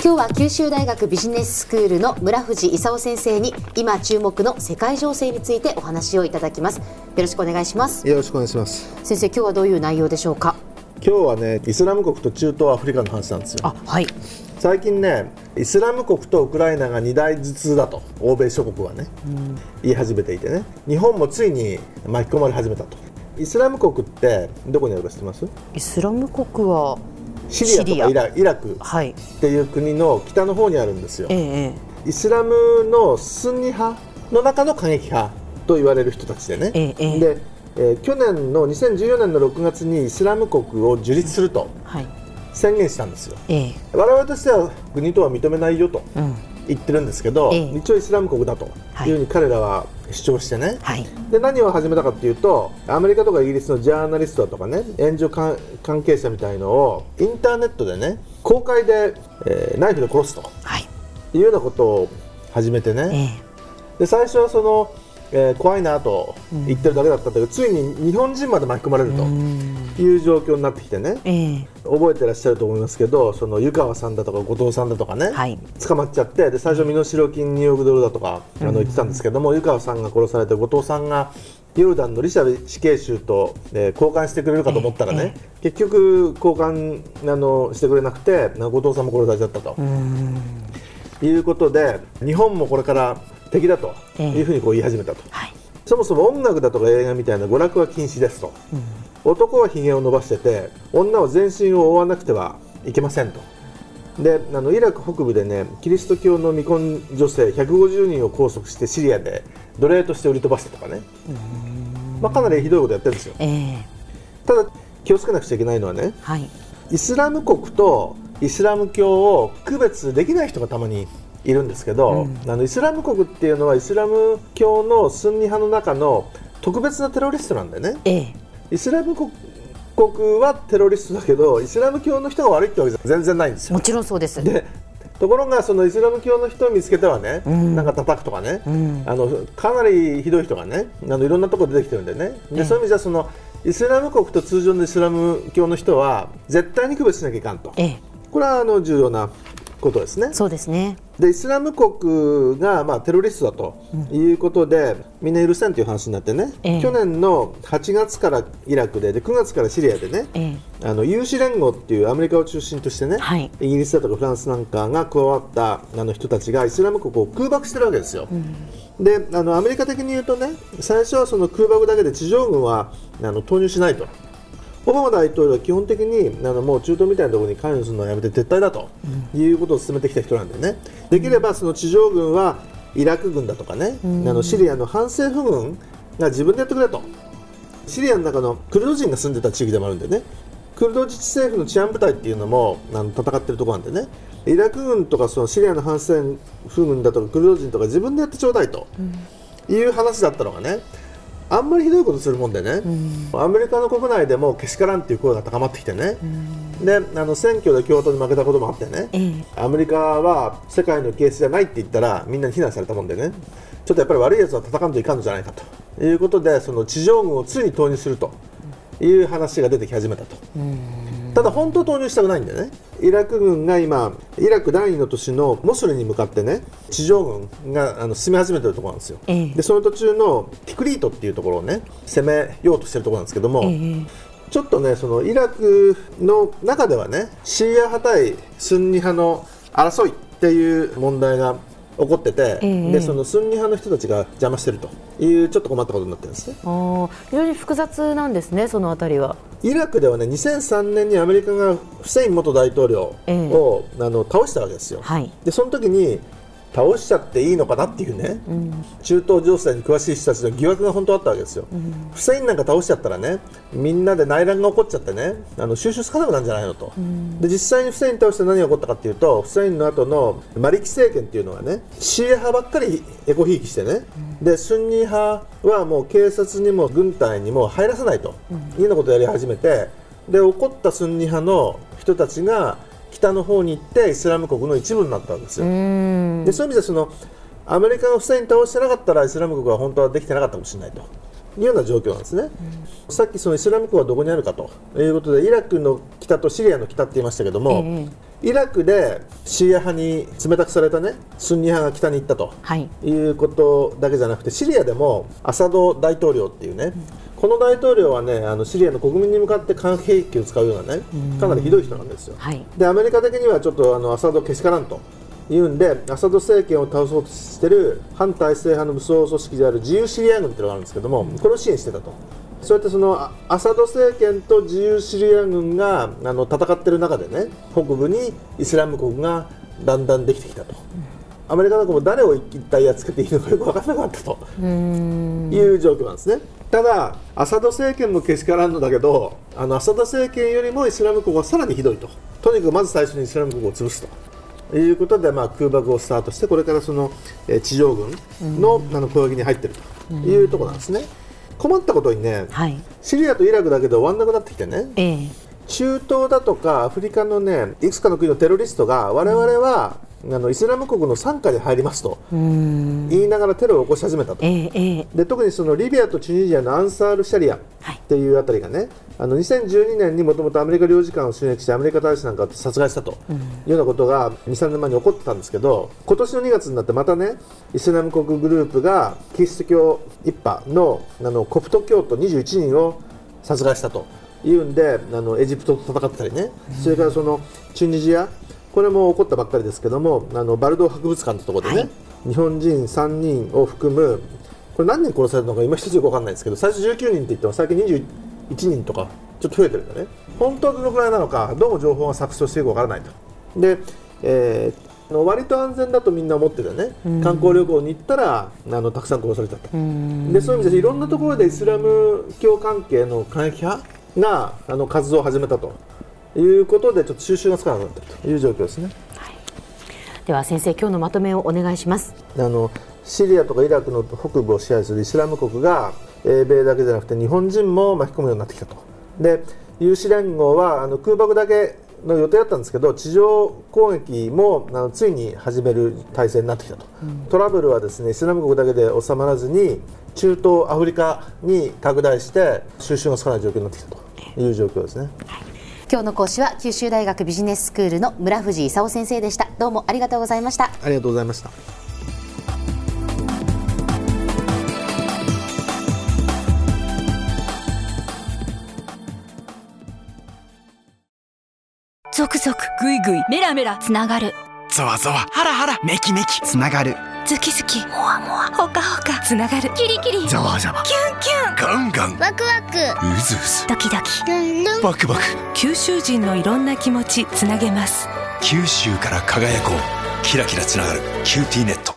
今日は九州大学ビジネススクールの村藤勲先生に今注目の世界情勢についてお話をいただきます。よろしくお願いします。 よろしくお願いします。 先生、今日はどういう内容でしょうか？ 今日はね、イスラム国と中東アフリカの話なんですよ。 はい。 最近ね、イスラム国とウクライナが二大頭痛だと欧米諸国はね、言い始めていてね、日本もついに巻き込まれ始めたと。イスラム国ってどこにあるか知ってます？ イスラム国はシリアとかイラクっていう国の北の方にあるんですよ。イスラムのスンニ派の中の過激派と言われる人たちでね、で、去年の2014年の6月にイスラム国を樹立すると宣言したんですよ。我々としては国とは認めないよと言ってるんですけど、一応イスラム国だというふうに彼らは主張してね、で何を始めたかというと、アメリカとかイギリスのジャーナリストだとかね、援助関係者みたいのをインターネットでね、公開で、ナイフで殺すというようなことを始めてね、で最初はその、怖いなと言ってるだけだったんだけど、ついに日本人まで巻き込まれるという状況になってきてね、覚えてらっしゃると思いますけど、その湯川さんだとか後藤さんだとかね、捕まっちゃって、で最初身代金2億ドルだとか言ってたんですけども、湯川さんが殺されて後藤さんがヨルダンのリシャ死刑囚と、交換してくれるかと思ったらね、結局交換してくれなくて、後藤さんも殺されちゃったということで、日本もこれから敵だというふうにこう言い始めたと、そもそも音楽だとか映画みたいな娯楽は禁止ですと、男はひげを伸ばしてて女は全身を覆わなくてはいけませんと。でイラク北部でね、キリスト教の未婚女性150人を拘束してシリアで奴隷として売り飛ばしたとかね、かなりひどいことやってるんですよ。ただ気をつけなくちゃいけないのはね、イスラム国とイスラム教を区別できない人がたまにいるんですけど、イスラム国っていうのはイスラム教のスンニ派の中の特別なテロリストなんでね、イスラム国はテロリストだけどイスラム教の人が悪いってわけじゃ全然ないんですよ。 もちろんそうです。 でところがそのイスラム教の人を見つけてはね、なんか叩くとかね、かなりひどい人がね、いろんなところ出てきてるんでね、でそういう意味じゃそのイスラム国と通常のイスラム教の人は絶対に区別しなきゃいかんと、これは重要なことですね。 そうですね。 でイスラム国が、テロリストだということで、みんな許せんという話になってね、去年の8月からイラクで9月からシリアでね、有志連合っていうアメリカを中心としてね、イギリスだとかフランスなんかが加わった人たちがイスラム国を空爆してるわけですよ。でアメリカ的に言うとね、最初はその空爆だけで地上軍は投入しないと。オバマ大統領は基本的にもう中東みたいなところに関与するのはやめて撤退だということを進めてきた人なんでね、できればその地上軍はイラク軍だとかね、シリアの反政府軍が自分でやってくれと。シリアの中のクルド人が住んでた地域でもあるんでね、クルド自治政府の治安部隊っていうのも戦ってるところなんでね、イラク軍とかそのシリアの反政府軍だとかクルド人とか自分でやってちょうだいという話だったのがね、あんまりひどいことするもんでね、アメリカの国内でもけしからんっていう声が高まってきてね、で選挙で共和党に負けたこともあってね、アメリカは世界のケースじゃないって言ったらみんなに非難されたもんでね、ちょっとやっぱり悪いやつは戦わんといかんのじゃないかということで、その地上軍をついに投入するという話が出てき始めたと。ただ本当は投入したくないんでね、イラク軍が今イラク第2の都市のモスルに向かってね、地上軍が進め始めてるところなんですよ。でその途中のティクリートっていうところをね攻めようとしてるところなんですけども、ちょっとねそのイラクの中ではね、シーア派対スンニ派の争いっていう問題が起こってて、でそのスンニ派の人たちが邪魔してるというちょっと困ったことになってるんですね。 非常に複雑なんですね、そのあたりは。 イラクではね、2003年にアメリカがフセイン元大統領を、倒したわけですよ。でその時に倒しちゃっていいのかなっていうね、中東情勢に詳しい人たちの疑惑が本当あったわけですよ。フセインなんか倒しちゃったらね、みんなで内乱が起こっちゃってね、収拾つかなくなるんじゃないのと。で実際にフセイン倒して何が起こったかっていうと、フセインの後のマリキ政権っていうのはね、シーア派ばっかりエコひいきしてね、でスンニ派はもう警察にも軍隊にも入らせないというようなことをやり始めて、で怒ったスンニ派の人たちが北の方に行ってイスラム国の一部になったわけですよ。でそういう意味でそのアメリカがフセイン倒してなかったらイスラム国は本当はできてなかったかもしれないというような状況なんですね。さっきそのイスラム国はどこにあるかということで、イラクの北とシリアの北って言いましたけども、 イラクでシーア派に冷たくされたねスンニ派が北に行ったと、いうことだけじゃなくて、シリアでもアサド大統領っていうね、この大統領はねシリアの国民に向かって化学兵器を使うようなねかなりひどい人なんですよ、でアメリカ的にはちょっとアサドけしからんというんで、アサド政権を倒そうとしている反体制派の武装組織である自由シリア軍というのがあるんですけども、これを支援してたと。そうやってそのアサド政権と自由シリア軍が戦っている中でね、北部にイスラム国がだんだんできてきたと、アメリカなんかも誰を一体やっつけていいのかよく分からなかったという状況なんですね。ただアサド政権もけしからんのだけど、アサド政権よりもイスラム国はさらにひどいと。とにかくまず最初にイスラム国を潰すということで、空爆をスタートして、これからその地上軍の攻撃に入っているというところなんですね。困ったことにね、シリアとイラクだけで終わんなくなってきてね、中東だとかアフリカのねいくつかの国のテロリストが我々はイスラム国の傘下に入りますと言いながらテロを起こし始めたと、で特にそのリビアとチュニジアのアンサール・シャリアっていうあたりがね、2012年にもともとアメリカ領事館を襲撃してアメリカ大使なんかを殺害したというようなことが 2,3 年前に起こってたんですけど、今年の2月になってまたねイスラム国グループがキリスト教一派のコプト教徒21人を殺害したというんで、エジプトと戦ってたりね、それからそのチュニジア、これも起こったばっかりですけども、バルドー博物館というところでね、日本人3人を含む、これ何人殺されたのか今一つよく分かんないんですけど、最初19人って言っても最近21人とかちょっと増えてるんだね。本当はどのくらいなのか、どうも情報が錯綜していくか分からないと。で、割と安全だとみんな思っててね、観光旅行に行ったらたくさん殺されちゃった。でそういう意味でいろんなところでイスラム教関係の過激派が活動を始めたということで、ちょっと収拾がつかなくなっているという状況ですね。 では先生、今日のまとめをお願いします。 シリアとかイラクの北部を支配するイスラム国が英米だけじゃなくて日本人も巻き込むようになってきたと。で有志連合は空爆だけの予定だったんですけど、地上攻撃もついに始める体制になってきたと、トラブルはですねイスラム国だけで収まらずに中東アフリカに拡大して収拾がつかない状況になってきたという状況ですね。 今日の講師は九州大学ビジネススクールの村藤勲先生でした。どうもありがとうございました。 ありがとうございました。 ゾクゾクグイグイメラメラつながる、 ゾワゾワハラハラメキメキつながる、 ズキズキモワモワホカホカつながる、キリキリザワザワキュンキュンガンガンワクワクウズウズドキドキルンルンバクバク、 九州人のいろんな気持ちつなげます。 九州から輝こう、キラキラつながるキューティーネット。